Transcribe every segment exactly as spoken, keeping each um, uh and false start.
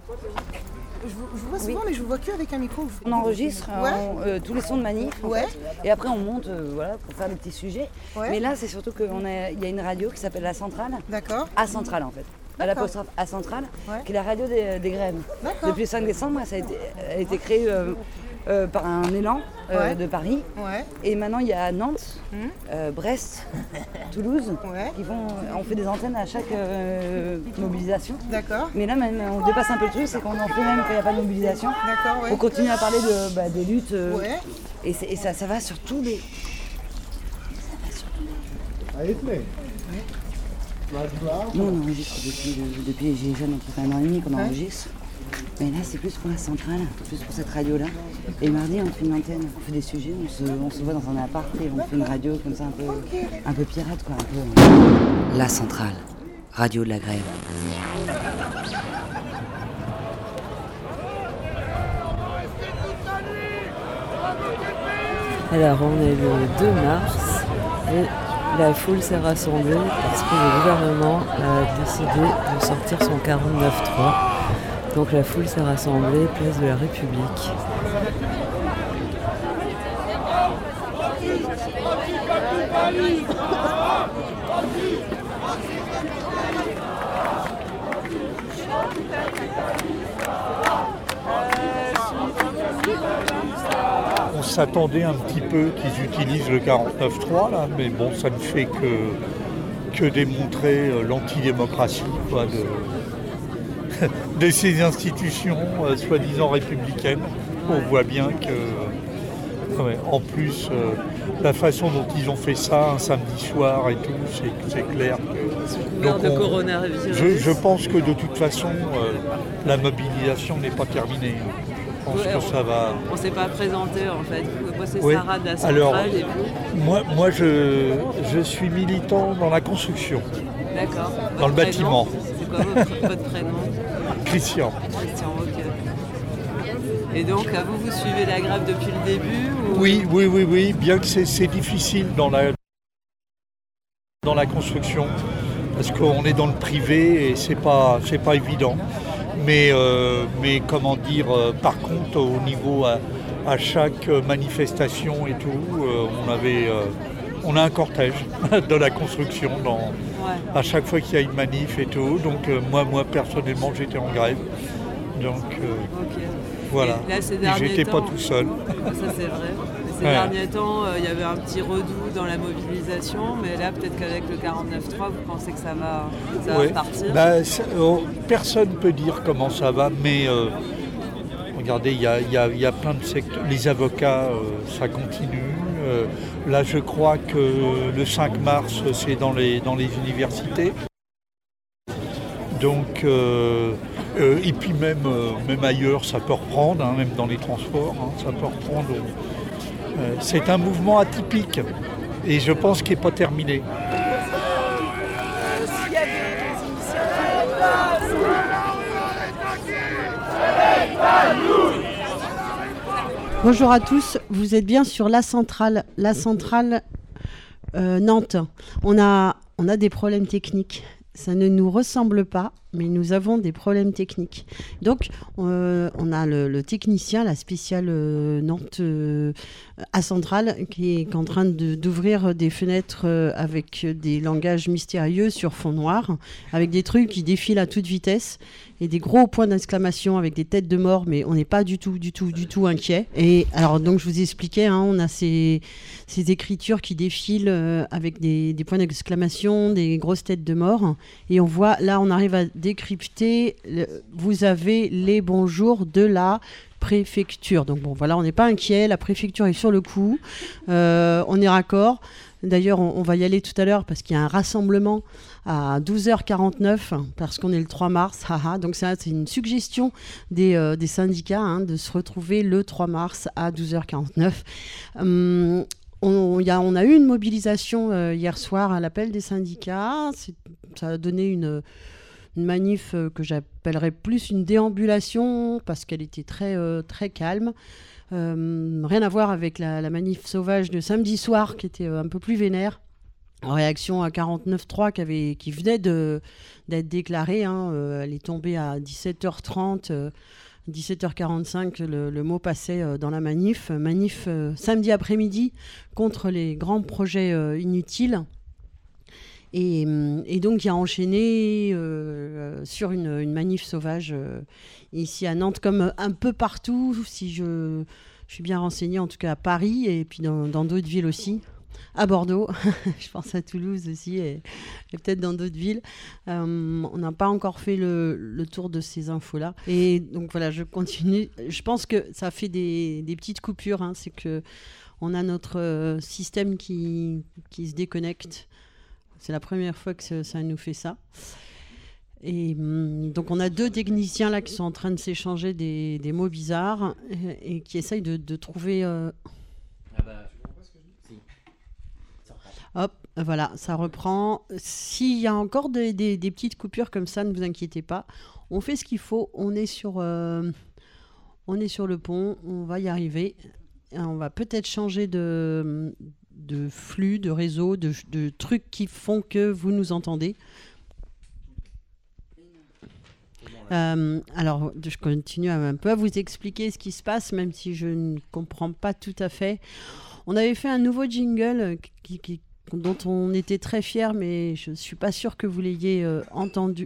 Je vous, je vous vois souvent, Oui. mais je vous vois que avec un micro. On enregistre Ouais. on- euh, tous les sons de manif, en Ouais. fait. Et après on monte euh, voilà, pour faire des petits sujets. Ouais. Mais là, c'est surtout qu'il y a une radio qui s'appelle La Centrale. D'accord. A Centrale, en fait. À D'accord. l'apostrophe A Centrale, Ouais. qui est la radio des, des grèves. D'accord. Depuis le cinq décembre, ça a été, a été créé euh, euh, par un élan euh, Ouais. de Paris. Ouais. Et maintenant, il y a Nantes, Mhm. euh, Brest, Toulouse. Ouais. Qui font, on fait des antennes à chaque euh, mobilisation. D'accord. Mais là, même, on dépasse un peu le truc, c'est qu'on en fait même quand il n'y a pas de mobilisation. D'accord, ouais. On continue à parler de, bah, des luttes. euh, Ouais. Et, c'est- et ça, ça va sur tous les. Nous, on enregistre depuis, le- depuis les Gilets jaunes, depuis un an et demi qu'on Ouais. enregistre. Mais là, c'est plus pour la centrale, plus pour cette radio-là. Et mardi, on fait une antenne, on fait des sujets, on se, on se voit dans un appart et on fait une radio comme ça, un peu, un peu pirate, quoi. Un peu. La centrale, radio de la grève. Alors on est le deux mars et la foule s'est rassemblée parce que le gouvernement a décidé de sortir son quarante-neuf trois. Donc la foule s'est rassemblée place de la République. On s'attendait un petit peu qu'ils utilisent le quarante-neuf trois, là, mais bon, ça ne fait que, que démontrer euh, l'antidémocratie quoi, de, de ces institutions euh, soi-disant républicaines. On voit bien que, ouais, en plus, euh, la façon dont ils ont fait ça un samedi soir et tout, c'est, c'est clair que... Couvert Donc de on- coronavirus. je, je pense que de toute façon, euh, la mobilisation n'est pas terminée. Je pense Ouais, que on- ça va... On s'est pas présenté en fait. Moi c'est Oui. Sarah de la centrale Alors, et vous. Moi, moi je, je suis militant dans la construction, D'accord. dans le Votre bâtiment. prénom, c'est quoi votre, votre prénom? Christian. Christian, ok. Et donc à vous, vous suivez la grève depuis le début ou... Oui, oui, oui, oui, bien que c'est, c'est difficile dans la, dans la construction, parce qu'on est dans le privé et c'est pas, c'est pas évident. Mais, euh, mais comment dire, euh, par contre, au niveau à, à chaque manifestation et tout, euh, on avait, euh, on a un cortège de la construction dans, Ouais. à chaque fois qu'il y a une manif et tout. Donc euh, moi, moi personnellement, j'étais en grève. Donc euh, Ok. voilà. Et là, ces Et derniers j'étais pas temps- tout seul. Ça c'est vrai. Et ces Ouais. derniers temps, euh, il y avait un petit redout dans la mobilisation, mais là peut-être qu'avec le quarante-neuf trois, vous pensez que ça va, ça Ouais. va repartir. Bah, c'est- oh, personne ne peut dire comment ça va, mais euh, regardez, il y a, il y a- il y a plein de secteurs. Les avocats, euh, ça continue. Euh, là, je crois que le cinq mars, c'est dans les, dans les universités. Donc, euh, euh, et puis même, euh, même ailleurs, ça peut reprendre, hein, même dans les transports, hein, ça peut reprendre. Euh, c'est un mouvement atypique et je pense qu'il n'est pas terminé. Bonjour à tous, vous êtes bien sur la centrale, la centrale euh, Nantes. On a, on a des problèmes techniques, ça ne nous ressemble pas, mais nous avons des problèmes techniques. Donc, euh, on a le, le technicien, la spéciale euh, Nantes euh, à centrale, qui est en train de, d'ouvrir des fenêtres euh, avec des langages mystérieux sur fond noir, avec des trucs qui défilent à toute vitesse et des gros points d'exclamation avec des têtes de mort, mais on n'est pas du tout, du tout, du tout inquiet. Et alors, donc, je vous expliquais, hein, on a ces, ces écritures qui défilent euh, avec des, des points d'exclamation, des grosses têtes de mort. Et on voit, là, on arrive à décrypter, le, vous avez les bonjours de la préfecture. Donc, bon, voilà, on n'est pas inquiet, la préfecture est sur le coup, euh, on est raccord. D'ailleurs, on, on va y aller tout à l'heure parce qu'il y a un rassemblement à douze heures quarante-neuf parce qu'on est le trois mars. Haha. Donc ça, c'est une suggestion des, euh, des syndicats hein, de se retrouver le trois mars à douze heures quarante-neuf. Hum, on, y a, on a eu une mobilisation euh, hier soir à l'appel des syndicats. C'est, ça a donné une, une manif euh, que j'appellerais plus une déambulation parce qu'elle était très, euh, très calme. Euh, rien à voir avec la, la manif sauvage de samedi soir qui était euh, un peu plus vénère. en réaction à quarante-neuf trois qui, avait, qui venait de, d'être déclarée. Hein, euh, elle est tombée à dix-sept heures trente, euh, dix-sept heures quarante-cinq, le, le mot passait euh, dans la manif. Manif euh, samedi après-midi contre les grands projets euh, inutiles. Et, et donc, qui a enchaîné euh, sur une, une manif sauvage euh, ici à Nantes, comme un peu partout, si je, je suis bien renseignée, en tout cas à Paris, et puis dans, dans d'autres villes aussi. À Bordeaux, je pense à Toulouse aussi, et, et peut-être dans d'autres villes. Euh, on n'a pas encore fait le, le tour de ces infos-là. Et donc voilà, je continue. Je pense que ça fait des, des petites coupures. Hein. C'est qu'on a notre euh, système qui, qui se déconnecte. C'est la première fois que ça, ça nous fait ça. Et hum, donc on a deux techniciens là qui sont en train de s'échanger des, des mots bizarres et, et qui essayent de, de trouver... Euh... Ah bah, tu comprends pas ce que je dis ? Si. Hop, voilà, ça reprend. S'il y a encore des, des, des petites coupures comme ça, ne vous inquiétez pas. On fait ce qu'il faut. On est sur, euh, on est sur le pont. On va y arriver. Et on va peut-être changer de... de flux, de réseau, de, de trucs qui font que vous nous entendez. Euh, alors, je continue un peu à vous expliquer ce qui se passe, même si je ne comprends pas tout à fait. On avait fait un nouveau jingle qui, qui, dont on était très fiers, mais je ne suis pas sûre que vous l'ayez euh, entendu.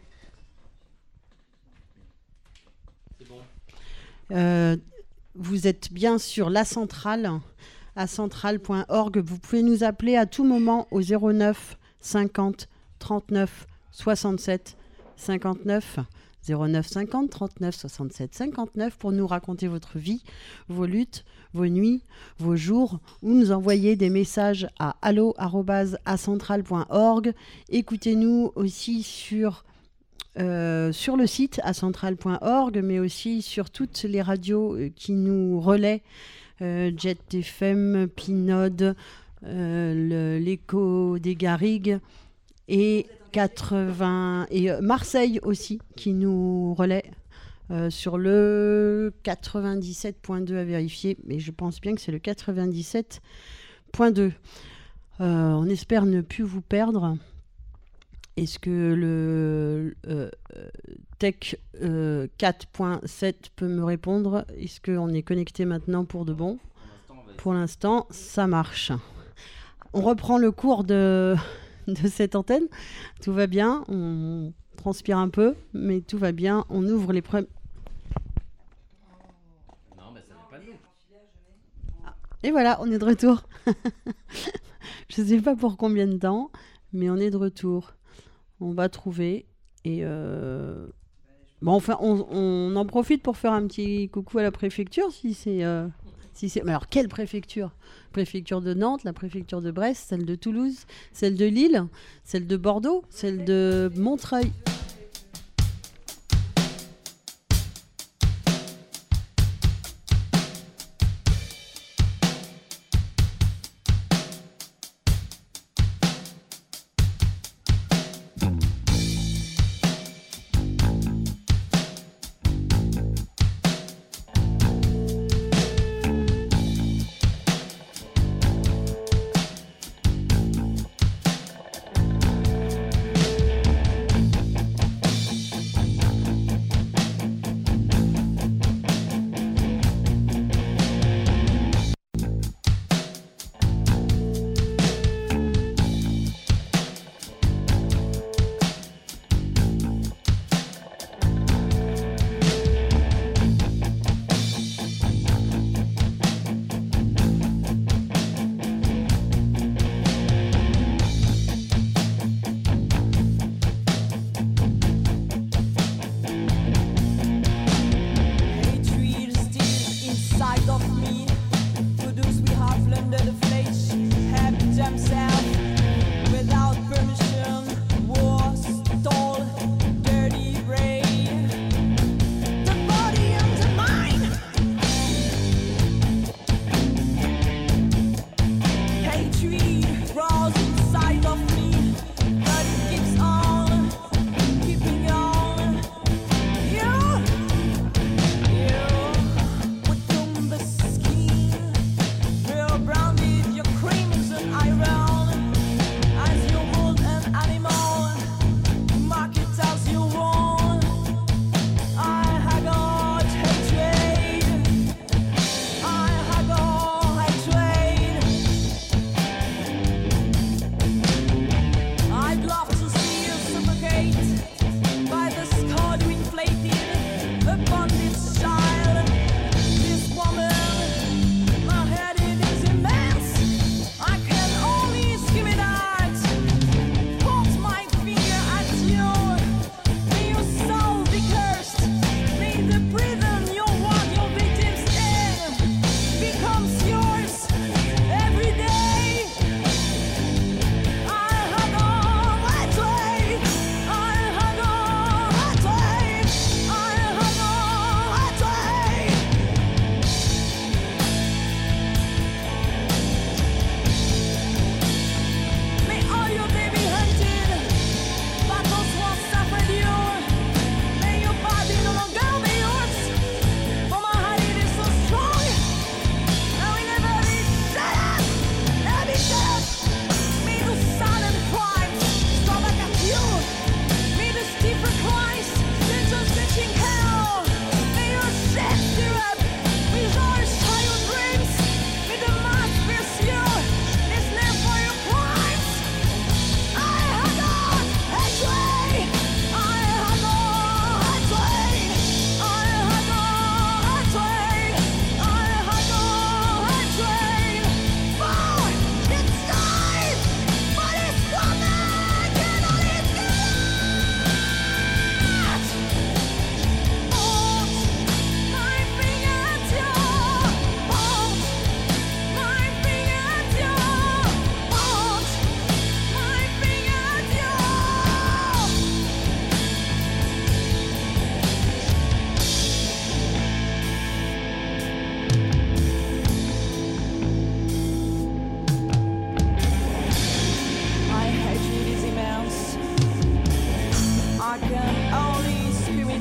C'est bon. Euh, vous êtes bien sur La Centrale, à centrale point org. Vous pouvez nous appeler à tout moment au zéro neuf cinquante trente-neuf soixante-sept cinquante-neuf. zéro neuf cinquante trente-neuf soixante-sept cinquante-neuf pour nous raconter votre vie, vos luttes, vos nuits, vos jours, ou nous envoyer des messages à allo arobase a centrale point org. Écoutez-nous aussi sur, euh, sur le site a centrale point org, mais aussi sur toutes les radios qui nous relaient, euh, Jet F M, Pinode, euh, l'écho des Garrigues et quatre-vingts et euh, Marseille aussi qui nous relaie euh, sur le quatre-vingt-dix-sept point deux à vérifier, mais je pense bien que c'est le quatre-vingt-dix-sept point deux. Euh, on espère ne plus vous perdre. Est-ce que le euh, Tech euh, quatre point sept peut me répondre ? Est-ce qu'on est connecté maintenant pour de bon ? Pour l'instant, ça marche. On reprend le cours de... de cette antenne, tout va bien, on transpire un peu, mais tout va bien, on ouvre les premiers... Non, mais ça n'est pas de nous. Ah, et voilà, on est de retour. Je ne sais pas pour combien de temps, mais on est de retour. On va trouver, et... Euh... Bon, enfin, on, on en profite pour faire un petit coucou à la préfecture, si c'est... Euh... Si c'est... Mais alors, quelle préfecture ? Préfecture de Nantes, la préfecture de Brest, celle de Toulouse, celle de Lille, celle de Bordeaux, celle de Montreuil.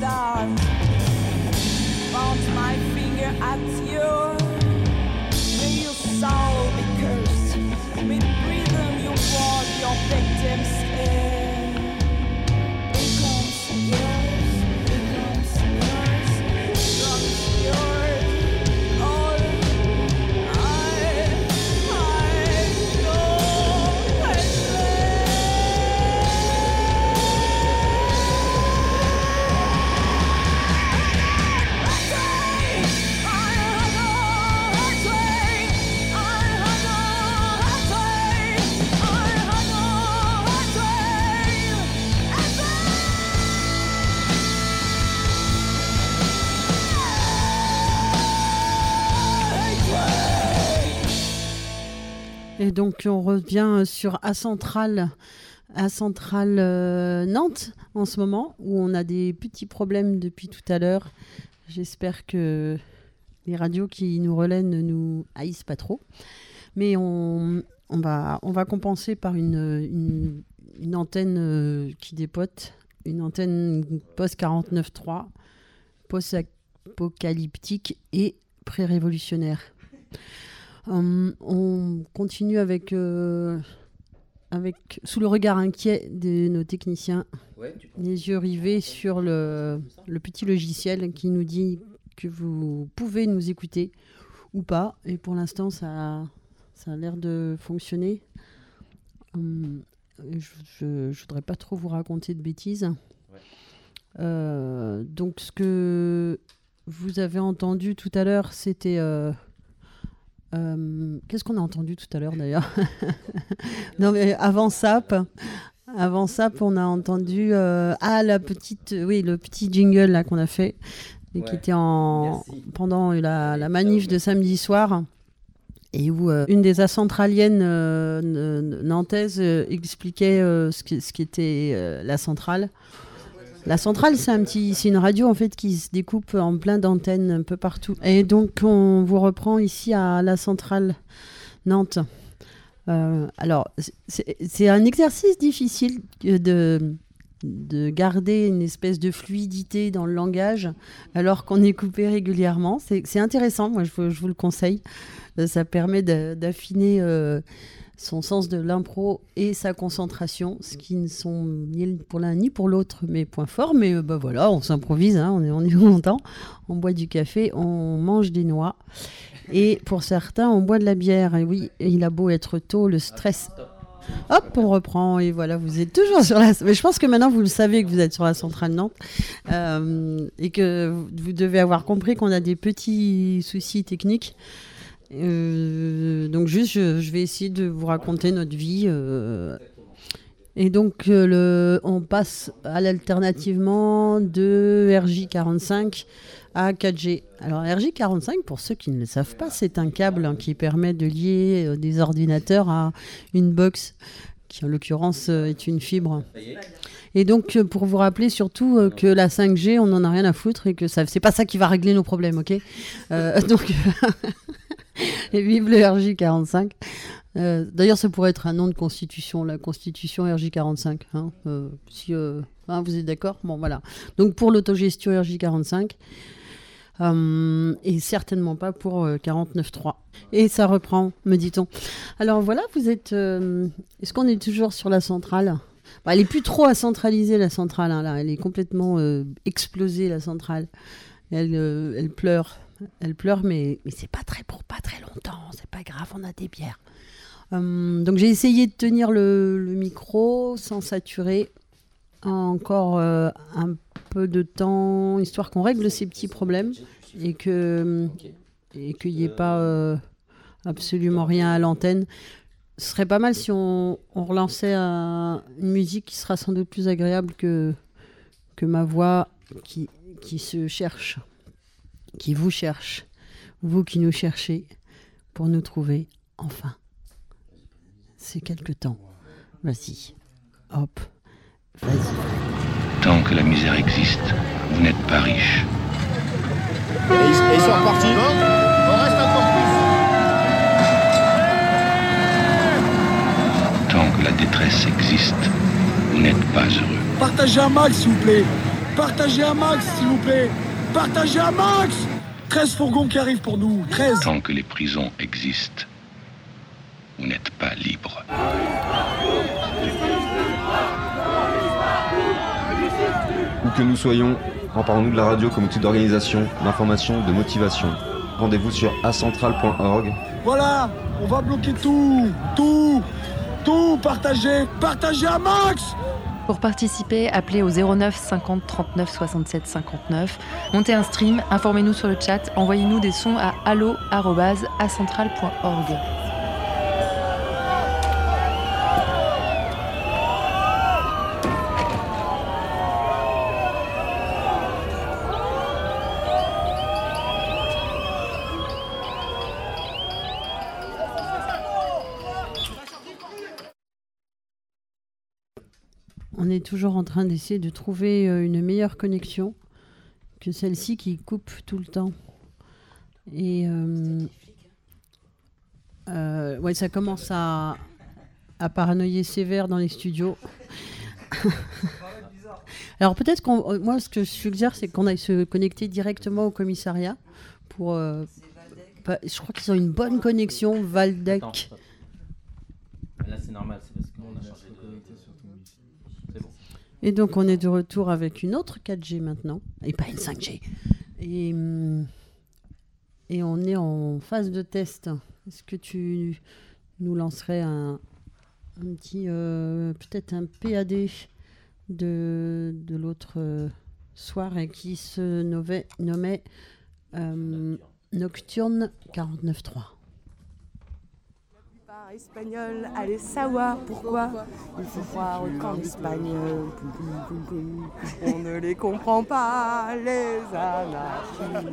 start. Point my finger at you. May your soul be cursed. With freedom you walk your victim's air. Becomes yours, becomes yours, becomes yours. All I, I know I Et donc on revient sur A Centrale, A Centrale euh, Nantes en ce moment, où on a des petits problèmes depuis tout à l'heure. J'espère que les radios qui nous relaient ne nous haïssent pas trop. Mais on, on, va, on va compenser par une, une, une antenne euh, qui dépote, une antenne post quarante-neuf trois, post-apocalyptique et pré-révolutionnaire. Um, on continue avec, euh, avec sous le regard inquiet de nos techniciens, ouais, les yeux rivés sur le, le petit logiciel qui nous dit que vous pouvez nous écouter ou pas. Et pour l'instant, ça, ça a l'air de fonctionner. Um, je ne voudrais pas trop vous raconter de bêtises. Ouais. Euh, donc, ce que vous avez entendu tout à l'heure, c'était... Euh, Euh, qu'est-ce qu'on a entendu tout à l'heure d'ailleurs? Non mais avant S A P, avant S A P, on a entendu euh, ah la petite, oui le petit jingle là qu'on a fait et ouais. qui était en Merci. pendant la, la manif de samedi soir et où euh, une des acentraliennes euh, nantaises euh, expliquait euh, ce, qui, ce qui était euh, la centrale. La centrale, c'est un petit, c'est une radio en fait qui se découpe en plein d'antennes un peu partout. Et donc on vous reprend ici à la centrale Nantes. Euh, alors c'est, c'est un exercice difficile de de garder une espèce de fluidité dans le langage alors qu'on est coupé régulièrement. C'est, c'est intéressant, moi je vous, je vous le conseille. Ça permet de, d'affiner. Euh, son sens de l'impro et sa concentration, ce qui ne sont ni pour l'un ni pour l'autre mes points forts, mais euh, bah voilà, on s'improvise, hein, on est, on est content, on boit du café, on mange des noix, et pour certains, on boit de la bière, et oui, et il a beau être tôt, le stress... Hop, on reprend, et voilà, vous êtes toujours sur la... Mais je pense que maintenant, vous le savez que vous êtes sur la centrale Nantes, euh, et que vous devez avoir compris qu'on a des petits soucis techniques. Euh, donc juste je, je vais essayer de vous raconter notre vie euh, et donc euh, le, on passe à l'alternativement de R J quarante-cinq à quatre G. Alors R J quarante-cinq, pour ceux qui ne le savent pas, c'est un câble hein, qui permet de lier euh, des ordinateurs à une box qui en l'occurrence euh, est une fibre. Et donc, pour vous rappeler surtout euh, que la cinq G, on n'en a rien à foutre et que ça, c'est pas ça qui va régler nos problèmes, ok? euh, Donc, et vive le R J quarante-cinq. Euh, d'ailleurs, ça pourrait être un nom de constitution, la constitution R J quarante-cinq. Hein, euh, si euh, hein, vous êtes d'accord? Bon, voilà. Donc, pour l'autogestion R J quarante-cinq. Euh, et certainement pas pour euh, quarante-neuf trois. Et ça reprend, me dit-on. Alors voilà, vous êtes... Euh, est-ce qu'on est toujours sur la centrale? Bah, elle n'est plus trop à centraliser, la centrale. Hein, là. Elle est complètement euh, explosée, la centrale. Elle, euh, elle pleure. Elle pleure, mais, mais c'est pas très pour pas très longtemps. C'est pas grave, on a des bières. Euh, donc j'ai essayé de tenir le, le micro sans saturer. Encore euh, un peu de temps, histoire qu'on règle ces petits problèmes et que et qu'il n'y ait pas euh, absolument rien à l'antenne. Ce serait pas mal si on, on relançait un, une musique qui sera sans doute plus agréable que, que ma voix qui, qui se cherche, qui vous cherche, vous qui nous cherchez pour nous trouver enfin. C'est quelque temps. Vas-y, hop. Vas-y. Tant que la misère existe, vous n'êtes pas riche. Et ils, et ils sont repartis. On reste encore plus. Tant que la détresse existe, vous n'êtes pas heureux. Partagez un max, s'il vous plaît. Partagez un max, s'il vous plaît. Partagez un max. treize fourgons qui arrivent pour nous. treize. Tant que les prisons existent, vous n'êtes pas libre. Où que nous soyons, emparons-nous de la radio comme outil d'organisation, d'information, de motivation. Rendez-vous sur acentral point org. Voilà, on va bloquer tout, tout, tout, partagez, partagez un max. Pour participer, appelez au zéro neuf cinquante trente-neuf soixante-sept cinquante-neuf. Montez un stream, informez-nous sur le chat, envoyez-nous des sons à allo arobase acentral point org. On est toujours en train d'essayer de trouver une meilleure connexion que celle-ci qui coupe tout le temps. Et euh, euh, ouais, ça commence à, à paranoïer sévère dans les studios. Alors peut-être qu'on, moi ce que je suggère, c'est qu'on aille se connecter directement au commissariat pour. Euh, pas, je crois qu'ils ont une bonne connexion, Valdec. Attends, là c'est normal, c'est parce qu'on a changé de. C'est bon. Et donc on est de retour avec une autre quatre G maintenant, et pas une cinq G. Et, et on est en phase de test. Est-ce que tu nous lancerais un, un petit, euh, peut-être un P A D de, de l'autre euh, soir et qui se nommait, nommait euh, Nocturne quarante-neuf trois. Espagnol, allez savoir pourquoi il faut croire qu'en Espagne on ne les comprend pas, les anarchistes.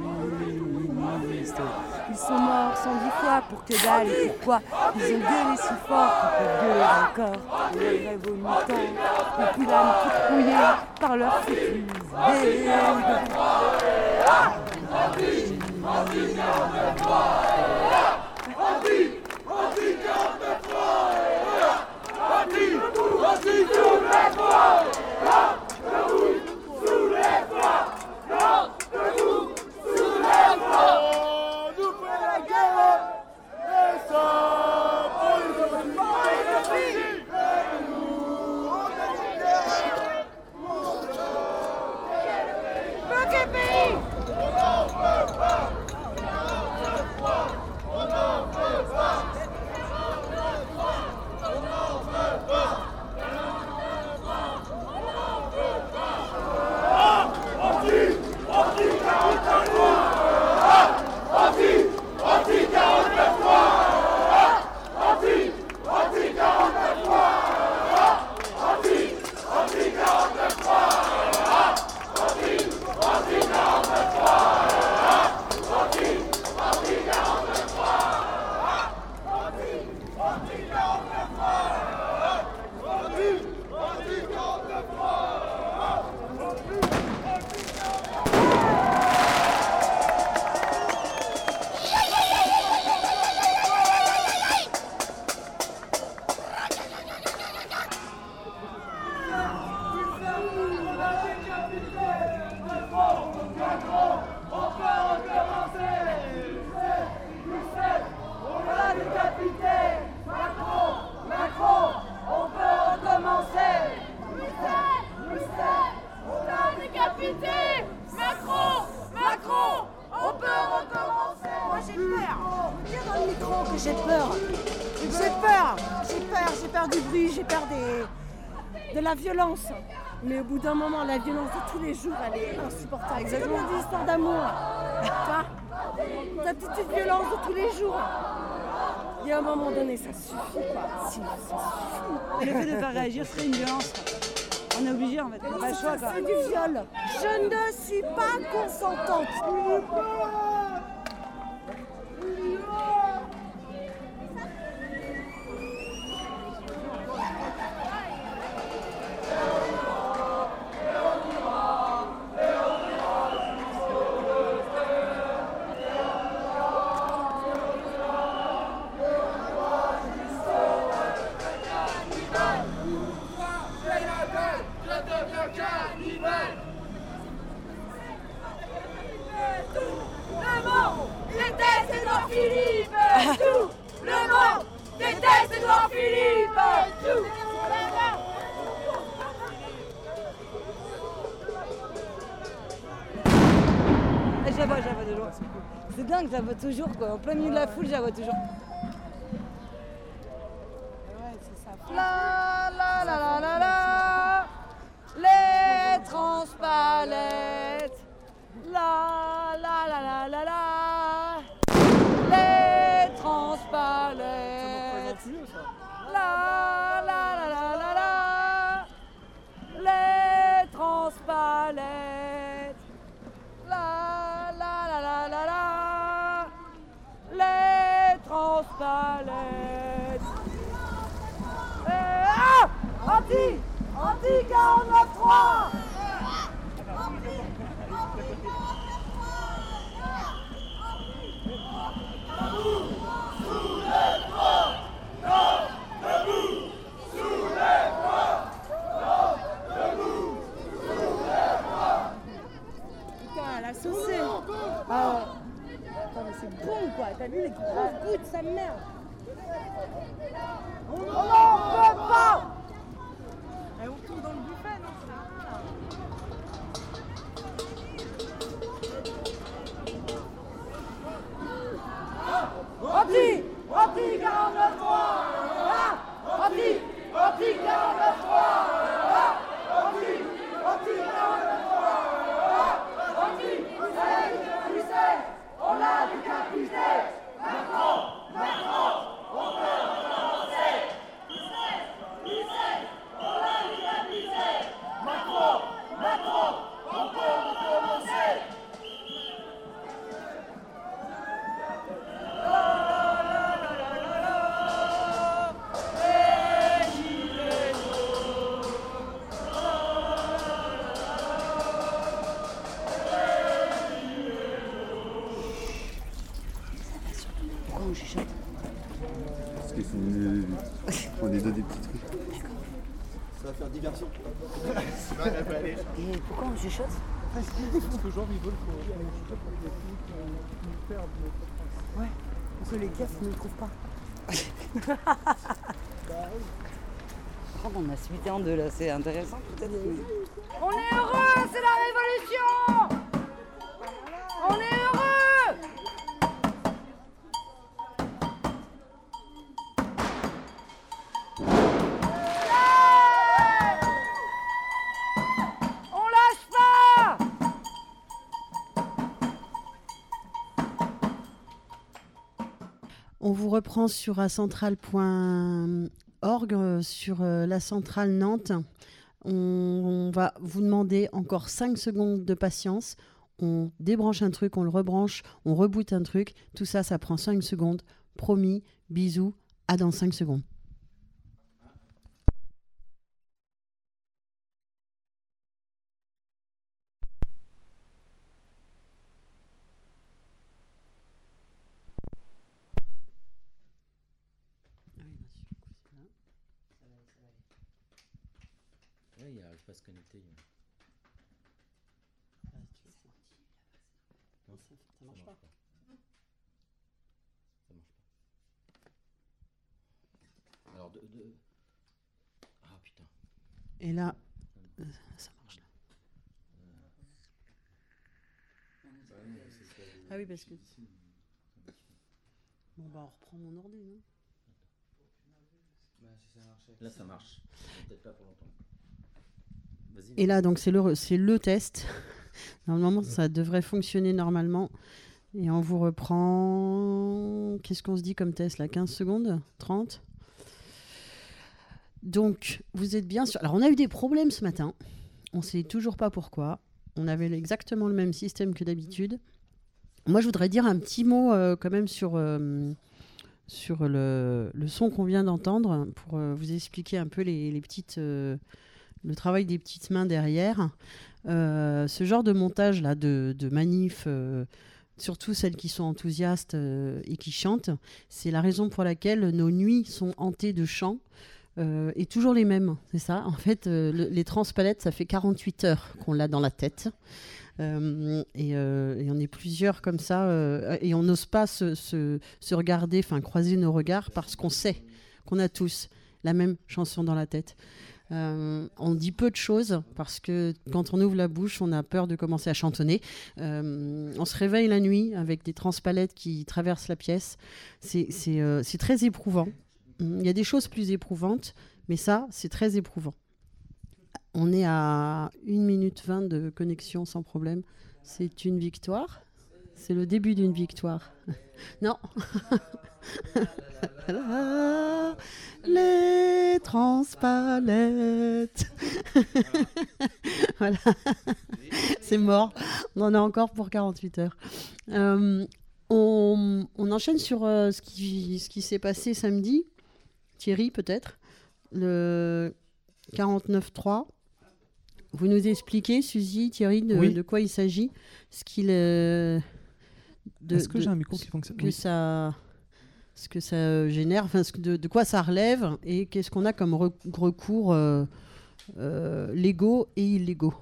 Ils sont morts cent dix fois pour que dalle, et pourquoi ils ont gueulé si fort qu'ils peuvent gueuler encore, les révolutants, depuis l'âme toute rouillée par leur foutus violence. Mais au bout d'un moment, la violence de tous les jours, elle est insupportable. Exactement des histoires d'amour. Ta petite violence de tous les jours. Il y a un moment donné, ça suffit, quoi. Si, ça suffit. Et le fait de ne pas réagir serait une violence. On est obligé, en fait. On n'a pas le choix, quoi. C'est du viol. Je ne suis pas consentante. la vois, je la vois toujours. C'est dingue, je la vois toujours, quoi. En plein milieu de la foule, je la vois toujours. Ouais, c'est ça. La la la la la la. Les transpalettes. La la la la la la. Les transpalettes. La la la la la la. Les transpalettes. La la la la la la. Les transpalettes. Et ah, anti, anti quarante-neuf trois. Saucé. Ah ouais. Attends, mais c'est bon quoi. T'as vu les grosses gouttes, sa mère. On n'en peut pas. Et on retourne dans le buffet, non, ça. Anti, anti quarante-neuf trois. Ah, anti, anti quarante-neuf trois. Ah, anti, anti quarante-neuf trois. On l'a décapité. Macron, Macron, on peut recommencer. On l'a décapité. Macron, Macron, on peut recommencer. La la la la la la. Les gilets jaunes. Pourquoi on chuchote? Parce qu'il faut on est dans des petits trucs. Ça va faire diversion. Et pourquoi on chuchote? Parce que genre ils veulent qu'on chuchote pour que les flics nous perdent notre trace. Ouais, parce que les keufs ne le trouvent pas. Bah oui. Par contre, on a splitté en deux là, c'est intéressant peut-être. On est heureux, c'est la révolution. On est heureux. On vous reprend sur acentral point org, sur la centrale Nantes. On, on va vous demander encore cinq secondes de patience. On débranche un truc, on le rebranche, on reboot un truc. Tout ça, ça prend cinq secondes. Promis, bisous, à dans cinq secondes. Ouais, il n'arrive pas à se connecter. Ah, non, ça, ça marche pas. pas. Ça marche pas. Alors, de, de... Ah putain. Et là, euh, ça marche là. Ah oui, parce que... Bon, bah on reprend mon ordi, non? Là, ça marche. Peut-être pas pour longtemps. Vas-y. Et là, donc, c'est le, c'est le test. Normalement, ça devrait fonctionner normalement. Et on vous reprend... Qu'est-ce qu'on se dit comme test, là? quinze secondes? trente? Donc, vous êtes bien sûr... Alors, on a eu des problèmes ce matin. On ne sait toujours pas pourquoi. On avait exactement le même système que d'habitude. Moi, je voudrais dire un petit mot euh, quand même sur... Euh, sur le, le son qu'on vient d'entendre pour euh, vous expliquer un peu les, les petites, euh, le travail des petites mains derrière. Euh, ce genre de montage-là, de, de manif, euh, surtout celles qui sont enthousiastes euh, et qui chantent, c'est la raison pour laquelle nos nuits sont hantées de chants euh, et toujours les mêmes, c'est ça. En fait, euh, le, les transpalettes, ça fait quarante-huit heures qu'on l'a dans la tête. Euh, et, euh, et on est plusieurs comme ça euh, et on n'ose pas se, se, se regarder, enfin croiser nos regards parce qu'on sait qu'on a tous la même chanson dans la tête. Euh, on dit peu de choses parce que quand on ouvre la bouche, on a peur de commencer à chantonner. Euh, on se réveille la nuit avec des transpalettes qui traversent la pièce. C'est, c'est, euh, c'est très éprouvant. Il y a des choses plus éprouvantes, mais ça, c'est très éprouvant. On est à une minute vingt de connexion sans problème. C'est une victoire. C'est le début d'une victoire. Non. Les transpalettes. Voilà. C'est mort. On en a encore pour quarante-huit heures. Euh, on, on enchaîne sur euh, ce qui, ce qui s'est passé samedi. Thierry, peut-être. Le quarante-neuf trois. Vous nous expliquez, Suzy, Thierry, de, oui. de quoi il s'agit, ce qu'il euh, de, Est-ce que de, j'ai un micro qui fonctionne que oui. ça, ce que ça génère, enfin, ce que, de, de quoi ça relève, et qu'est-ce qu'on a comme re- recours euh, euh, légaux et illégaux.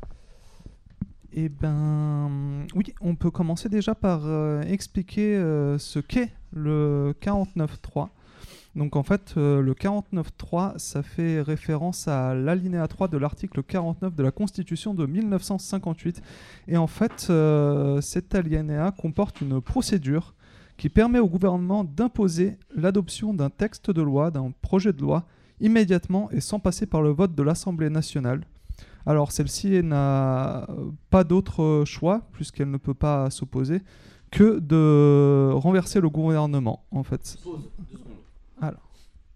Eh ben, oui, on peut commencer déjà par euh, expliquer euh, ce qu'est le quarante-neuf trois. Donc en fait, euh, le quarante-neuf trois, ça fait référence à l'alinéa trois de l'article quarante-neuf de la Constitution de mille neuf cent cinquante-huit. Et en fait, euh, cet alinéa comporte une procédure qui permet au gouvernement d'imposer l'adoption d'un texte de loi, d'un projet de loi, immédiatement et sans passer par le vote de l'Assemblée nationale. Alors celle-ci n'a pas d'autre choix, puisqu'elle ne peut pas s'opposer, que de renverser le gouvernement, en fait. Pause, deux secondes. Alors.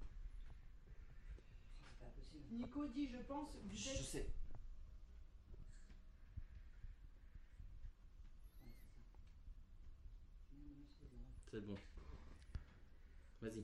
Nico dit, je pense, du texte. Je sais. C'est bon. Vas-y.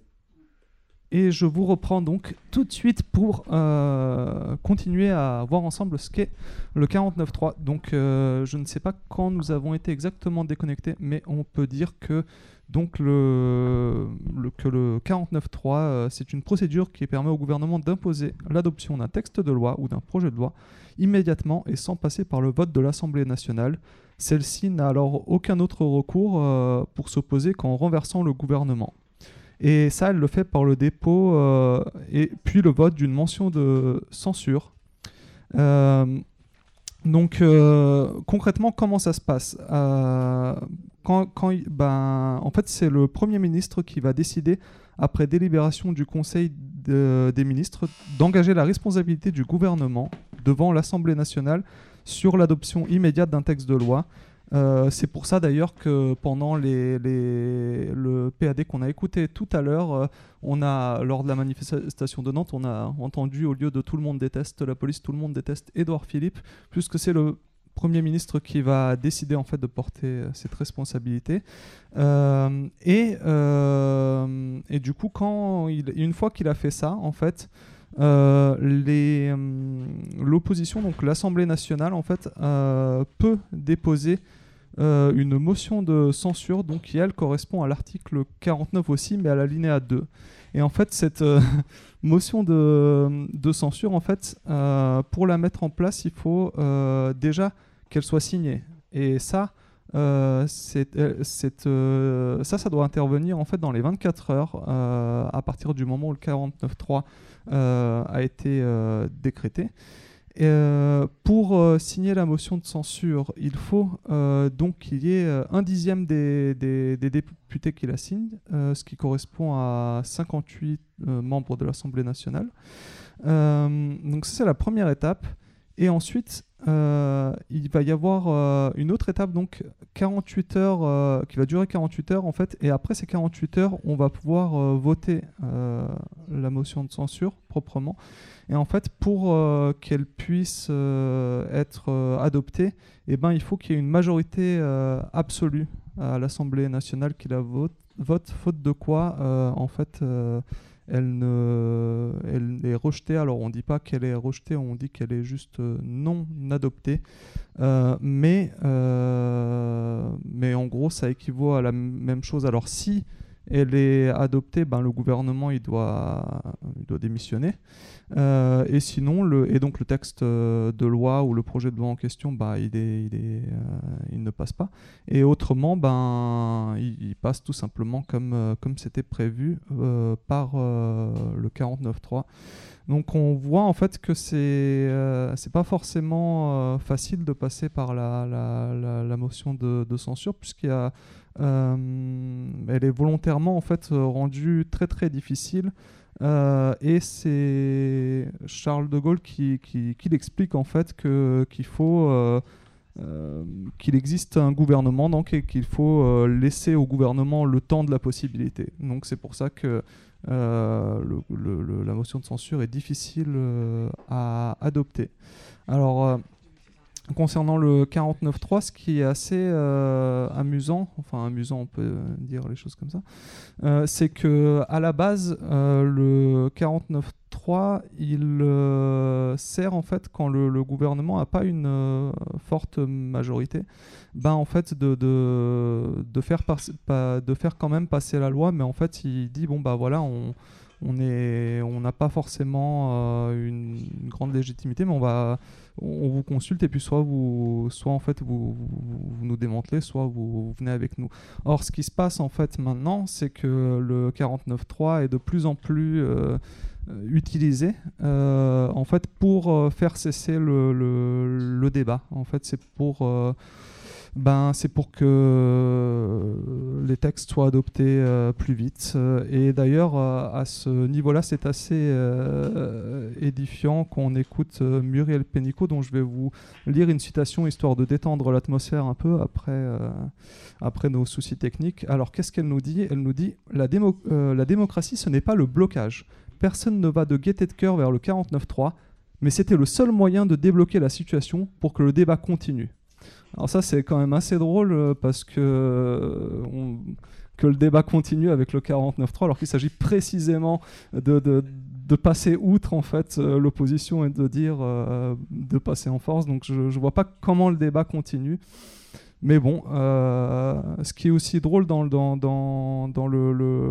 Et je vous reprends donc tout de suite pour euh, continuer à voir ensemble ce qu'est le quarante-neuf trois. Donc euh, je ne sais pas quand nous avons été exactement déconnectés, mais on peut dire que, donc, le, le, que le quarante-neuf trois, euh, c'est une procédure qui permet au gouvernement d'imposer l'adoption d'un texte de loi ou d'un projet de loi immédiatement et sans passer par le vote de l'Assemblée nationale. Celle-ci n'a alors aucun autre recours euh, pour s'opposer qu'en renversant le gouvernement. Et ça, elle le fait par le dépôt euh, et puis le vote d'une motion de censure. Euh, donc, euh, concrètement, comment ça se passe euh, quand, quand, ben, en fait, c'est le Premier ministre qui va décider, après délibération du Conseil de, des ministres, d'engager la responsabilité du gouvernement devant l'Assemblée nationale sur l'adoption immédiate d'un texte de loi. Euh, c'est pour ça d'ailleurs que pendant les, les, le P A D qu'on a écouté tout à l'heure, euh, on a, lors de la manifestation de Nantes, on a entendu, au lieu de tout le monde déteste la police, tout le monde déteste Édouard Philippe, puisque c'est le Premier ministre qui va décider en fait de porter cette responsabilité. Euh, et, euh, et du coup, quand il, une fois qu'il a fait ça, en fait, Euh, les, euh, l'opposition, donc l'Assemblée nationale, en fait, euh, peut déposer euh, une motion de censure, donc qui elle correspond à l'article quarante-neuf aussi, mais à l'alinéa deux. Et en fait, cette euh, motion de, de censure, en fait, euh, pour la mettre en place, il faut euh, déjà qu'elle soit signée. Et ça, euh, c'est, c'est, euh, ça, ça doit intervenir en fait dans les vingt-quatre heures euh, à partir du moment où le quarante-neuf trois Euh, a été euh, décrété. Et, euh, pour euh, signer la motion de censure, il faut euh, donc qu'il y ait euh, un dixième des, des, des députés qui la signent, euh, ce qui correspond à cinquante-huit euh, membres de l'Assemblée nationale. Euh, donc ça, c'est la première étape. Et ensuite, euh, il va y avoir euh, une autre étape, donc quarante-huit heures, euh, qui va durer quarante-huit heures en fait. Et après ces quarante-huit heures, on va pouvoir euh, voter euh, la motion de censure proprement. Et en fait, pour euh, qu'elle puisse euh, être euh, adoptée, eh ben, il faut qu'il y ait une majorité euh, absolue à l'Assemblée nationale qui la vote, vote faute de quoi, euh, en fait, euh, elle, ne, elle est rejetée. Alors on ne dit pas qu'elle est rejetée, on dit qu'elle est juste euh, non adoptée. Euh, mais, euh, mais en gros, ça équivaut à la m- même chose. Alors si elle est adoptée, ben, le gouvernement il doit, il doit démissionner. Euh, et sinon, le, et donc le texte de loi ou le projet de loi en question, bah, il, est, il, est, euh, il ne passe pas. Et autrement, ben, il, il passe tout simplement comme, euh, comme c'était prévu euh, par euh, le quarante-neuf trois. Donc on voit en fait que c'est euh, c'est pas forcément euh, facile de passer par la, la, la, la motion de, de censure, puisqu'il y a euh, elle est volontairement en fait rendue très très difficile. Euh, et c'est Charles de Gaulle qui, qui, qui l'explique en fait que, qu'il faut euh, euh, qu'il existe un gouvernement, donc, et qu'il faut euh, laisser au gouvernement le temps de la possibilité. Donc c'est pour ça que euh, le, le, le, la motion de censure est difficile euh, à adopter. Alors euh, concernant le quarante-neuf trois, ce qui est assez euh, amusant, enfin amusant, on peut dire les choses comme ça, euh, c'est que à la base, euh, le quarante-neuf trois, il euh, sert en fait quand le, le gouvernement n'a pas une euh, forte majorité, ben en fait de, de, de, faire par, pas, de faire quand même passer la loi, mais en fait il dit bon bah voilà on on est on n'a pas forcément euh, une, une grande légitimité, mais on va on vous consulte et puis soit vous soit en fait vous, vous, vous nous démantelez, soit vous, vous venez avec nous. Or ce qui se passe en fait maintenant, c'est que le quarante-neuf trois est de plus en plus euh, utilisé euh, en fait pour euh, faire cesser le, le, le débat. En fait c'est pour euh, Ben, c'est pour que les textes soient adoptés euh, plus vite. Et d'ailleurs, euh, à ce niveau-là, c'est assez euh, édifiant qu'on écoute euh, Muriel Pénicaud, dont je vais vous lire une citation, histoire de détendre l'atmosphère un peu après, euh, après nos soucis techniques. Alors, qu'est-ce qu'elle nous dit ? Elle nous dit la, démo- euh, la démocratie, ce n'est pas le blocage. Personne ne va de gaieté de cœur vers le quarante-neuf trois, mais c'était le seul moyen de débloquer la situation pour que le débat continue. Alors ça c'est quand même assez drôle euh, parce que, euh, on, que le débat continue avec le quarante-neuf trois alors qu'il s'agit précisément de, de, de passer outre en fait euh, l'opposition et de dire euh, de passer en force. Donc je ne vois pas comment le débat continue. Mais bon, euh, ce qui est aussi drôle dans, dans, dans, dans, le, le,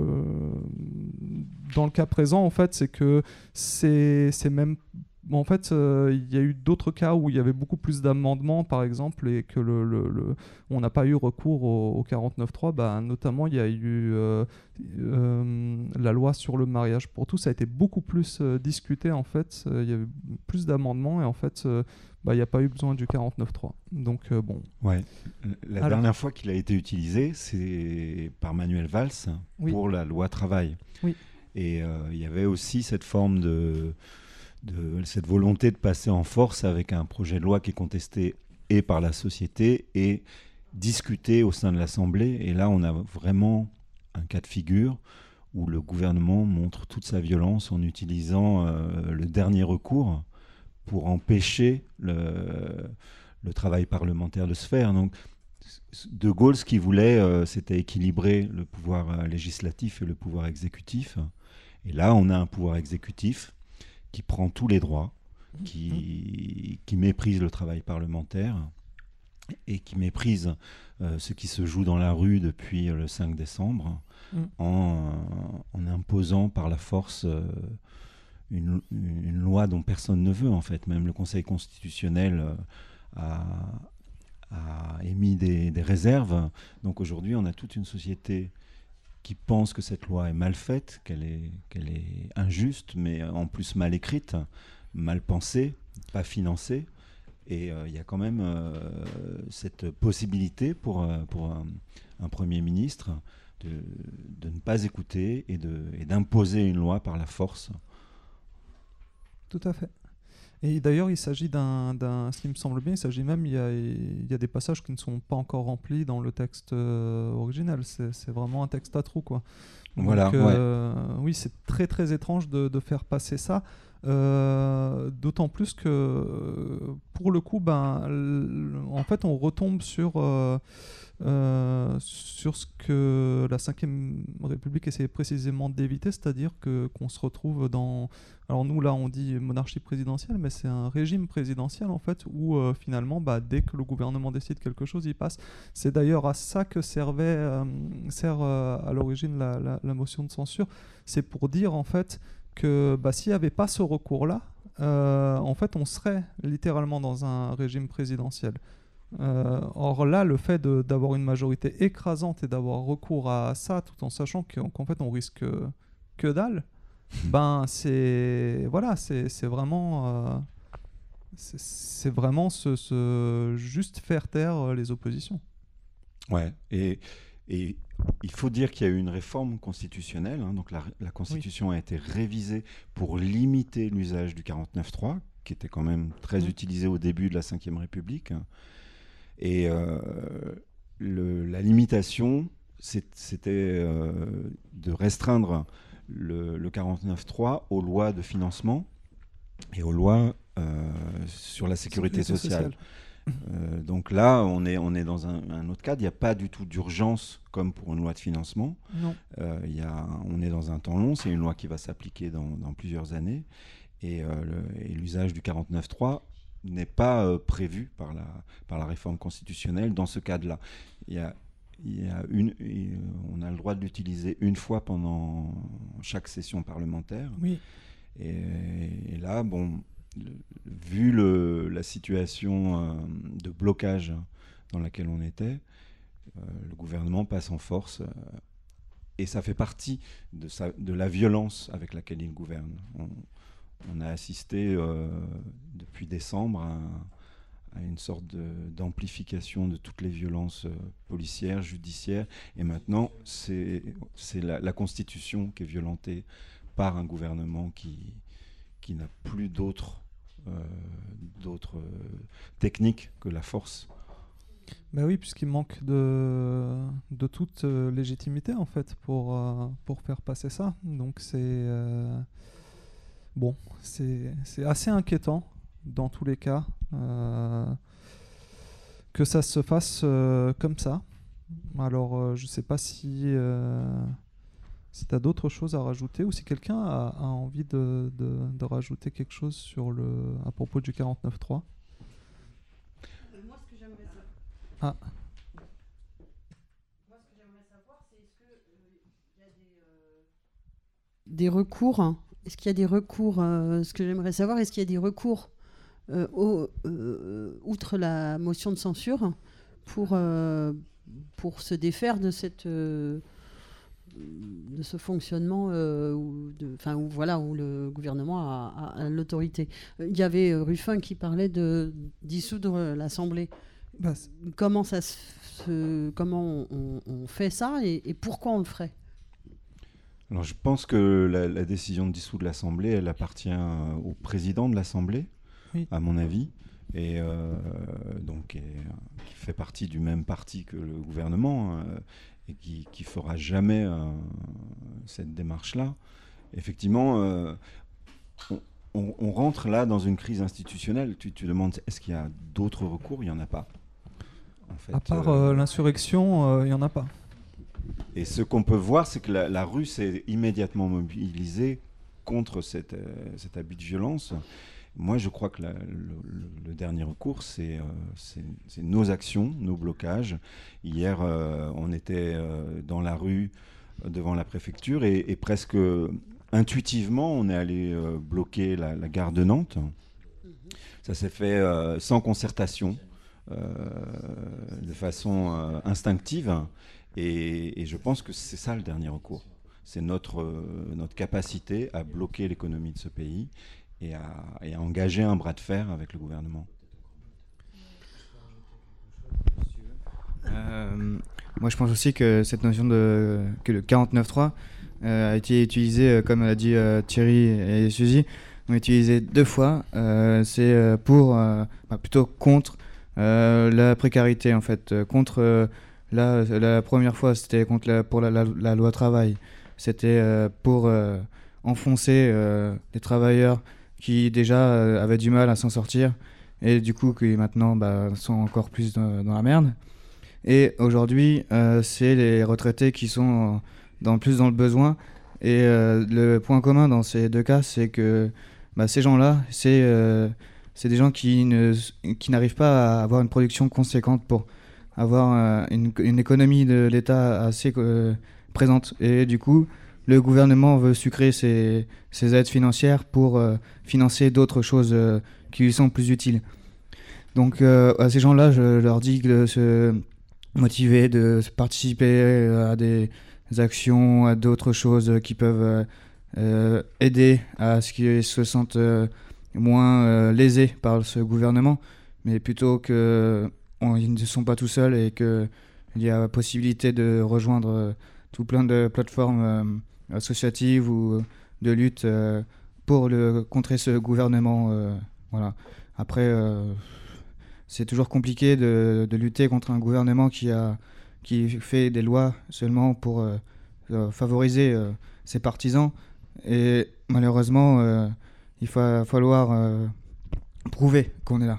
dans le cas présent en fait, c'est que c'est, c'est même Bon, en fait, euh, il y a eu d'autres cas où il y avait beaucoup plus d'amendements, par exemple, et que le, le, le, on n'a pas eu recours au, au quarante-neuf trois. Bah, notamment, il y a eu euh, euh, la loi sur le mariage pour tous. Ça a été beaucoup plus euh, discuté, en fait. Euh, il y avait plus d'amendements, et en fait, euh, bah, il n'y a pas eu besoin du quarante-neuf trois. Donc, euh, bon. Ouais. La Alors, dernière fois qu'il a été utilisé, c'est par Manuel Valls oui. pour la loi travail. Oui. Et euh, il y avait aussi cette forme de... de cette volonté de passer en force avec un projet de loi qui est contesté et par la société et discuté au sein de l'Assemblée. Et là, on a vraiment un cas de figure où le gouvernement montre toute sa violence en utilisant euh, le dernier recours pour empêcher le, le travail parlementaire de se faire. Donc, De Gaulle, ce qu'il voulait, euh, c'était équilibrer le pouvoir euh, législatif et le pouvoir exécutif. Et là, on a un pouvoir exécutif qui prend tous les droits, qui, qui méprise le travail parlementaire et qui méprise euh, ce qui se joue dans la rue depuis le cinq décembre mm. en, en imposant par la force euh, une, une loi dont personne ne veut en fait. Même le Conseil constitutionnel euh, a, a émis des, des réserves. Donc aujourd'hui, on a toute une société qui pense que cette loi est mal faite, qu'elle est, qu'elle est injuste, mais en plus mal écrite, mal pensée, pas financée. Et il euh, y a quand même euh, cette possibilité pour, euh, pour un, un Premier ministre de, de ne pas écouter et, de, et d'imposer une loi par la force. Tout à fait. Et d'ailleurs, il s'agit d'un, d'un, ce qui me semble bien, il s'agit même, il y a, il y a des passages qui ne sont pas encore remplis dans le texte euh, original. C'est, c'est vraiment un texte à trous, quoi. Donc, voilà. Euh, ouais. Oui, c'est très très étrange de, de faire passer ça. Euh, d'autant plus que pour le coup, ben, l- en fait, on retombe sur euh, euh, sur ce que la cinquième République essayait précisément d'éviter, c'est-à-dire que qu'on se retrouve dans, alors nous là on dit monarchie présidentielle, mais c'est un régime présidentiel en fait où euh, finalement, bah, dès que le gouvernement décide quelque chose, il passe. C'est d'ailleurs à ça que servait euh, sert euh, à l'origine la, la, la motion de censure. C'est pour dire en fait que bah, s'il n'y avait pas ce recours-là, euh, en fait, on serait littéralement dans un régime présidentiel. Euh, or là, le fait de, d'avoir une majorité écrasante et d'avoir recours à ça, tout en sachant qu'en, qu'en fait, on risque que dalle, ben c'est voilà, c'est, c'est vraiment euh, c'est, c'est vraiment ce, ce juste faire taire les oppositions. Ouais, et, et il faut dire qu'il y a eu une réforme constitutionnelle, hein, donc la, la Constitution oui. a été révisée pour limiter l'usage du quarante-neuf trois, qui était quand même très mmh. utilisé au début de la cinquième République. Et euh, le, la limitation, c'est, c'était euh, de restreindre le, le quarante-neuf trois aux lois de financement et aux lois euh, sur la sécurité, sécurité sociale. sociale. Euh, donc là, on est, on est dans un, un autre cadre. Il n'y a pas du tout d'urgence comme pour une loi de financement. Non. Euh, il y a, on est dans un temps long. C'est une loi qui va s'appliquer dans, dans plusieurs années. Et, euh, le, et l'usage du quarante-neuf trois n'est pas euh, prévu par la, par la réforme constitutionnelle dans ce cadre-là. Il y a, il y a une, on a le droit de l'utiliser une fois pendant chaque session parlementaire. Oui. Et, et là, bon... Le, vu le, la situation euh, de blocage dans laquelle on était, euh, le gouvernement passe en force euh, et ça fait partie de, sa, de la violence avec laquelle il gouverne. On, on a assisté euh, depuis décembre à, à une sorte de, d'amplification de toutes les violences euh, policières, judiciaires, et maintenant c'est, c'est la, la Constitution qui est violentée par un gouvernement qui, qui n'a plus d'autres Euh, d'autres euh, techniques que la force. Ben oui, puisqu'il manque de, de toute euh, légitimité en fait pour, euh, pour faire passer ça. Donc c'est euh, bon, c'est, c'est assez inquiétant dans tous les cas euh, que ça se fasse euh, comme ça. Alors euh, je sais pas si euh, si tu as d'autres choses à rajouter ou si quelqu'un a, a envie de, de, de rajouter quelque chose sur le, à propos du quarante-neuf trois. Euh, moi, ce que j'aimerais savoir... Ah. Moi, ce que j'aimerais savoir, c'est est-ce qu'il euh, y a des, euh, des recours hein. Est-ce qu'il y a des recours euh, Ce que j'aimerais savoir, est-ce qu'il y a des recours euh, au, euh, outre la motion de censure pour, euh, pour se défaire de cette... Euh, de ce fonctionnement euh, où, de, où, voilà, où le gouvernement a, a, a l'autorité. Il y avait euh, Ruffin qui parlait de dissoudre l'Assemblée. Bah, comment ça se, se, comment on, on fait ça et, et pourquoi on le ferait? Alors, je pense que la, la décision de dissoudre l'Assemblée, elle appartient au président de l'Assemblée, oui. à mon avis, et euh, donc et, qui fait partie du même parti que le gouvernement. Euh, et qui ne fera jamais euh, cette démarche-là. Effectivement, euh, on, on, on rentre là dans une crise institutionnelle. Tu te demandes, est-ce qu'il y a d'autres recours? Il n'y en a pas. En fait, à part euh, euh, l'insurrection, il euh, n'y en a pas. Et ce qu'on peut voir, c'est que la, la rue s'est immédiatement mobilisée contre cette, euh, cet abus de violence. Moi, je crois que la, le, le dernier recours, c'est, euh, c'est, c'est nos actions, nos blocages. Hier, euh, on était euh, dans la rue euh, devant la préfecture et, et presque intuitivement, on est allé euh, bloquer la, la gare de Nantes. Ça s'est fait euh, sans concertation, euh, de façon euh, instinctive. Et, et je pense que c'est ça le dernier recours. C'est notre, euh, notre capacité à bloquer l'économie de ce pays et à, et à engager un bras de fer avec le gouvernement. Euh, moi, je pense aussi que cette notion de que le quarante-neuf trois euh, a été utilisée, euh, comme l'a dit euh, Thierry et Suzy, ont utilisé deux fois. Euh, c'est euh, pour, euh, bah, plutôt contre euh, la précarité, en fait. Euh, contre euh, la, la première fois, c'était contre la, pour la, la, la loi travail. C'était euh, pour euh, enfoncer euh, les travailleurs qui déjà euh, avaient du mal à s'en sortir et du coup qui maintenant bah, sont encore plus dans, dans la merde. Et aujourd'hui, euh, c'est les retraités qui sont dans, plus dans le besoin. Et euh, le point commun dans ces deux cas, c'est que bah, ces gens-là, c'est, euh, c'est des gens qui, ne, qui n'arrivent pas à avoir une production conséquente pour avoir euh, une, une économie de l'État assez euh, présente. Et du coup, le gouvernement veut sucrer ses, ses aides financières pour euh, financer d'autres choses euh, qui lui sont plus utiles. Donc euh, à ces gens-là, je leur dis de se motiver, de participer à des actions, à d'autres choses qui peuvent euh, aider à ce qu'ils se sentent euh, moins euh, lésés par ce gouvernement, mais plutôt qu'ils ne sont pas tout seuls et qu'il y a possibilité de rejoindre euh, tout plein de plateformes euh, associatives ou de lutte euh, pour le, contrer ce gouvernement. Euh, voilà. Après, euh, c'est toujours compliqué de, de lutter contre un gouvernement qui, a, qui fait des lois seulement pour euh, euh, favoriser euh, ses partisans. Et malheureusement, euh, il va falloir euh, prouver qu'on est là.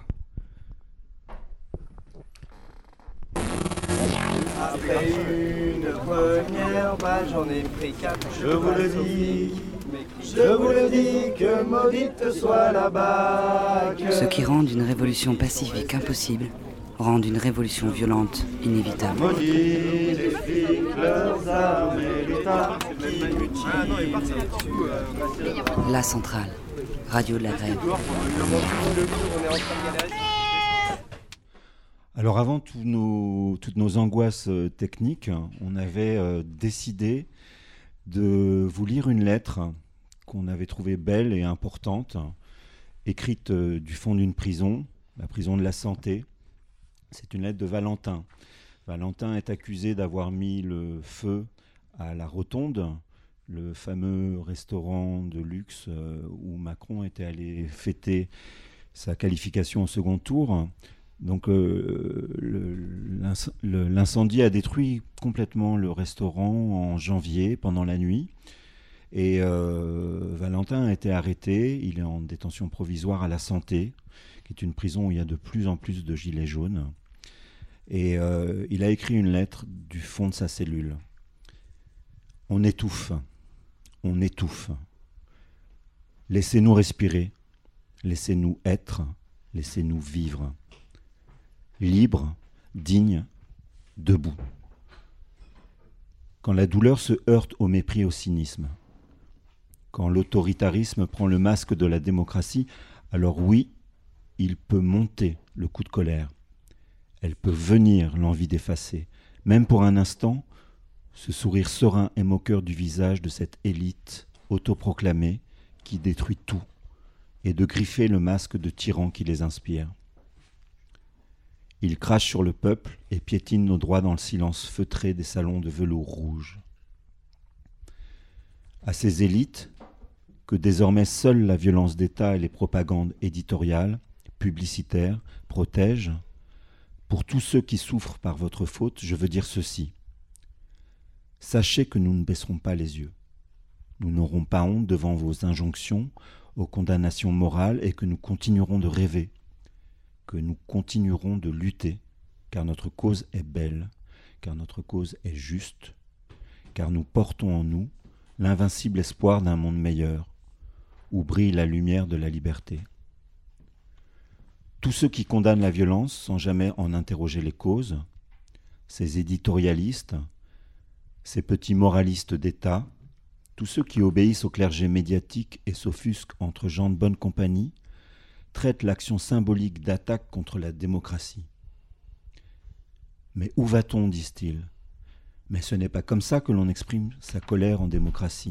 Après une première balle, j'en ai pris quatre. Je vous le dis, je vous le dis, que maudite soit la bague. Ceux qui rendent une révolution pacifique impossible rendent une révolution violente inévitable. Maudit les flics, leurs armes et l'État. La Centrale, radio de la grève. Alors avant tous nos, toutes nos angoisses euh, techniques, on avait euh, décidé de vous lire une lettre qu'on avait trouvée belle et importante, écrite euh, du fond d'une prison, la prison de la Santé. C'est une lettre de Valentin. Valentin est accusé d'avoir mis le feu à la Rotonde, le fameux restaurant de luxe euh, où Macron était allé fêter sa qualification au second tour. Donc euh, le, l'inc- le, l'incendie a détruit complètement le restaurant en janvier, pendant la nuit. Et euh, Valentin a été arrêté. Il est en détention provisoire à la Santé, qui est une prison où il y a de plus en plus de gilets jaunes. Et euh, il a écrit une lettre du fond de sa cellule. On étouffe, on étouffe. Laissez-nous respirer, laissez-nous être, laissez-nous vivre. Libre, digne, debout. Quand la douleur se heurte au mépris et au cynisme, quand l'autoritarisme prend le masque de la démocratie, alors oui, il peut monter le coup de colère. Elle peut venir l'envie d'effacer, même pour un instant, ce sourire serein et moqueur du visage de cette élite autoproclamée qui détruit tout, et de griffer le masque de tyran qui les inspire. Ils crachent sur le peuple et piétinent nos droits dans le silence feutré des salons de velours rouge. À ces élites, que désormais seule la violence d'État et les propagandes éditoriales, publicitaires, protègent, pour tous ceux qui souffrent par votre faute, je veux dire ceci. Sachez que nous ne baisserons pas les yeux. Nous n'aurons pas honte devant vos injonctions, aux condamnations morales, et que nous continuerons de rêver, que nous continuerons de lutter, car notre cause est belle, car notre cause est juste, car nous portons en nous l'invincible espoir d'un monde meilleur, où brille la lumière de la liberté. Tous ceux qui condamnent la violence sans jamais en interroger les causes, ces éditorialistes, ces petits moralistes d'État, tous ceux qui obéissent au clergé médiatique et s'offusquent entre gens de bonne compagnie, traitent l'action symbolique d'attaque contre la démocratie. Mais où va-t-on, disent-ils ? Mais ce n'est pas comme ça que l'on exprime sa colère en démocratie.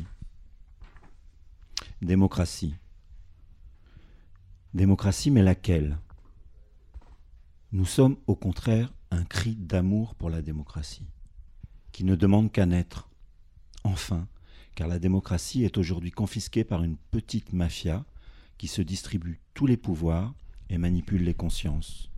Démocratie. Démocratie, mais laquelle ? Nous sommes au contraire un cri d'amour pour la démocratie, qui ne demande qu'à naître. Enfin, car la démocratie est aujourd'hui confisquée par une petite mafia qui se distribue tous les pouvoirs et manipule les consciences.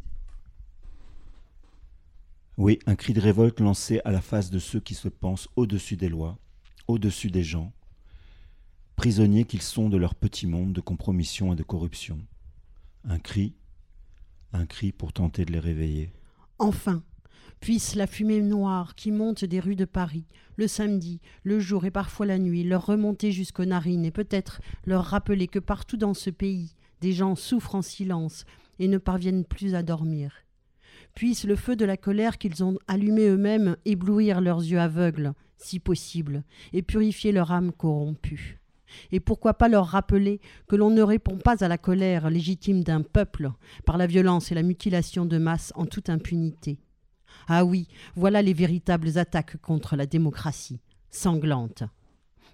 Oui, un cri de révolte lancé à la face de ceux qui se pensent au-dessus des lois, au-dessus des gens, prisonniers qu'ils sont de leur petit monde de compromission et de corruption. Un cri, un cri pour tenter de les réveiller. Enfin, puisse la fumée noire qui monte des rues de Paris, le samedi, le jour et parfois la nuit, leur remonter jusqu'aux narines et peut-être leur rappeler que partout dans ce pays, des gens souffrent en silence et ne parviennent plus à dormir. Puisse le feu de la colère qu'ils ont allumé eux-mêmes éblouir leurs yeux aveugles, si possible, et purifier leur âme corrompue. Et pourquoi pas leur rappeler que l'on ne répond pas à la colère légitime d'un peuple par la violence et la mutilation de masse en toute impunité. Ah oui, voilà les véritables attaques contre la démocratie, sanglantes.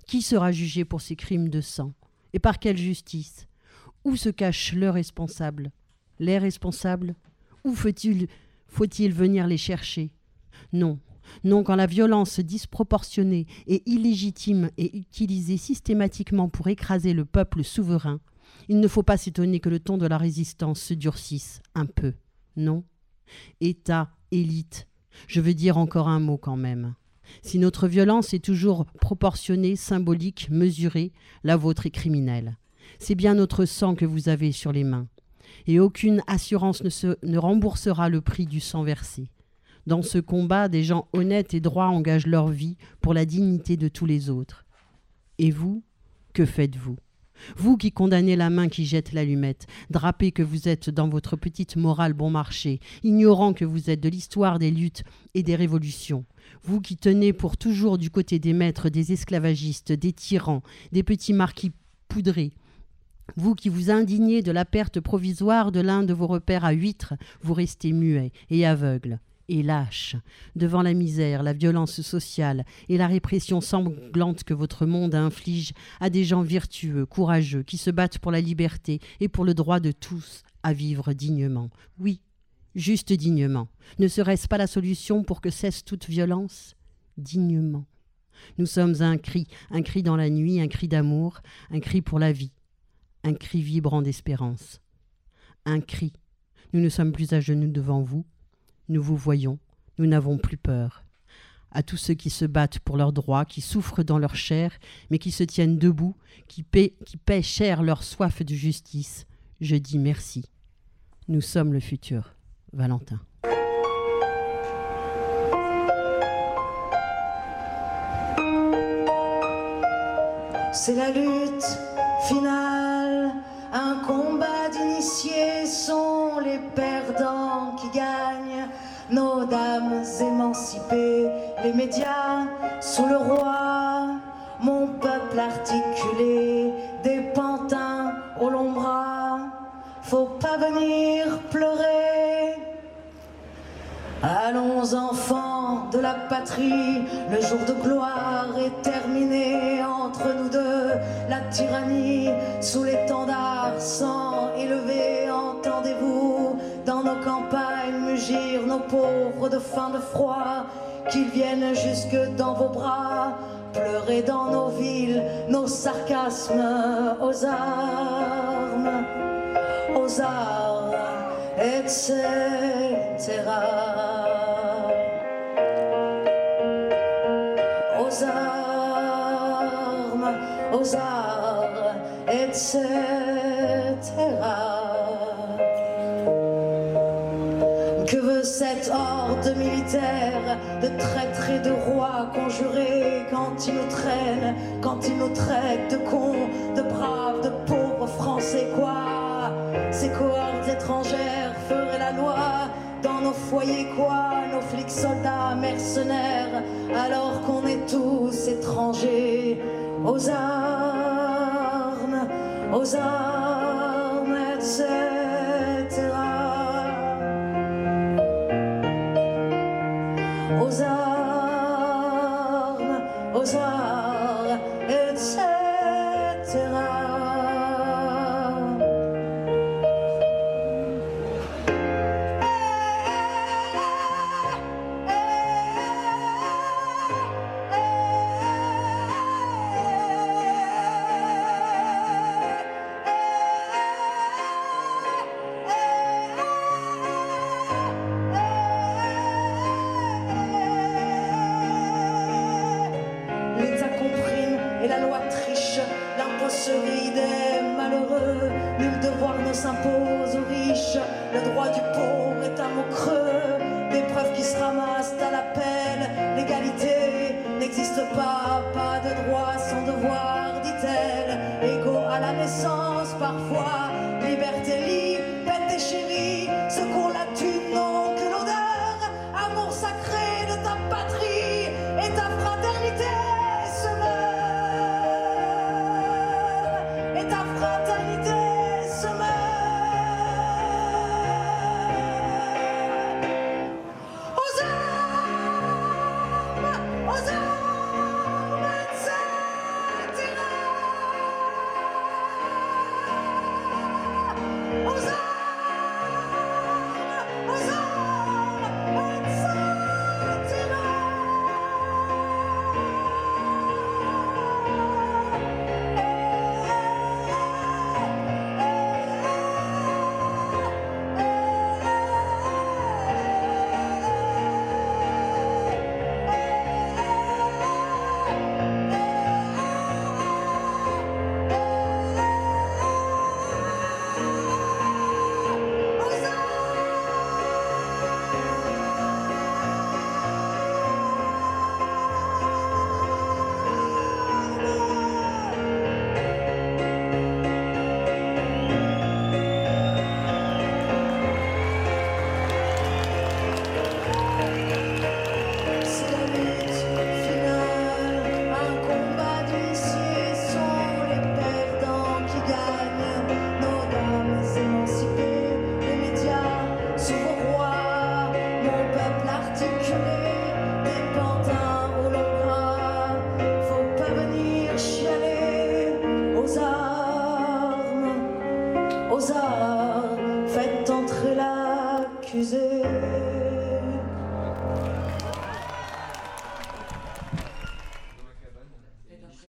Qui sera jugé pour ces crimes de sang? Et par quelle justice? Où se cache le responsable? Les responsables? Où faut-il, faut-il venir les chercher? Non, non, quand la violence disproportionnée et illégitime est utilisée systématiquement pour écraser le peuple souverain, il ne faut pas s'étonner que le ton de la résistance se durcisse un peu, non? État, élite, je veux dire encore un mot quand même. Si notre violence est toujours proportionnée, symbolique, mesurée, la vôtre est criminelle. C'est bien notre sang que vous avez sur les mains. Et aucune assurance ne, se, ne remboursera le prix du sang versé. Dans ce combat, des gens honnêtes et droits engagent leur vie pour la dignité de tous les autres. Et vous, que faites-vous? Vous qui condamnez la main qui jette l'allumette, drapé que vous êtes dans votre petite morale bon marché, ignorant que vous êtes de l'histoire des luttes et des révolutions, vous qui tenez pour toujours du côté des maîtres, des esclavagistes, des tyrans, des petits marquis poudrés, vous qui vous indignez de la perte provisoire de l'un de vos repères à huîtres, vous restez muets et aveugles et lâches devant la misère, la violence sociale et la répression sanglante que votre monde inflige à des gens vertueux, courageux, qui se battent pour la liberté et pour le droit de tous à vivre dignement. Oui, juste dignement. Ne serait-ce pas la solution pour que cesse toute violence? Dignement. Nous sommes un cri, un cri dans la nuit, un cri d'amour, un cri pour la vie, un cri vibrant d'espérance. Un cri. Nous ne sommes plus à genoux devant vous. Nous vous voyons, nous n'avons plus peur. À tous ceux qui se battent pour leurs droits, qui souffrent dans leur chair, mais qui se tiennent debout, qui paient, qui paient cher leur soif de justice, je dis merci. Nous sommes le futur. Valentin. C'est la lutte finale, un combat d'initiés, sont les perdants qui gagnent. Nos dames émancipées, les médias sous le roi, mon peuple articulé, des pantins au long bras, faut pas venir pleurer. Allons enfants de la patrie, le jour de gloire est terminé. Entre nous deux, la tyrannie, sous l'étendard sans élevé, entendez-vous dans nos campagnes mugir nos pauvres de faim, de froid, qu'ils viennent jusque dans vos bras, pleurer dans nos villes, nos sarcasmes aux armes, aux armes, et cetera. Aux armes, aux arts, et cetera. Que veut cette horde militaire de traîtres et de rois conjurés quand ils nous traînent, quand ils nous traitent de cons, de braves, de pauvres Français, quoi? Ces cohortes étrangères feraient la loi dans nos foyers, quoi? Nos flics, soldats, mercenaires, alors qu'on est tous étrangers. Aux armes, aux armes, et cetera. Aux armes, aux arts, et cetera. S'impose aux riches, le droit du pauvre est un mot creux, des preuves qui se ramassent à l'appel. L'égalité n'existe pas, pas de droit sans devoir, dit-elle. Égaux à la naissance parfois, liberté libre, bête et chérie, ce qu'on la tue n'ont que l'odeur, amour sacré de ta patrie et ta fraternité se meurt, et ta fraternité se meurt. Aux armes, aux arts, faites entrer l'accusé.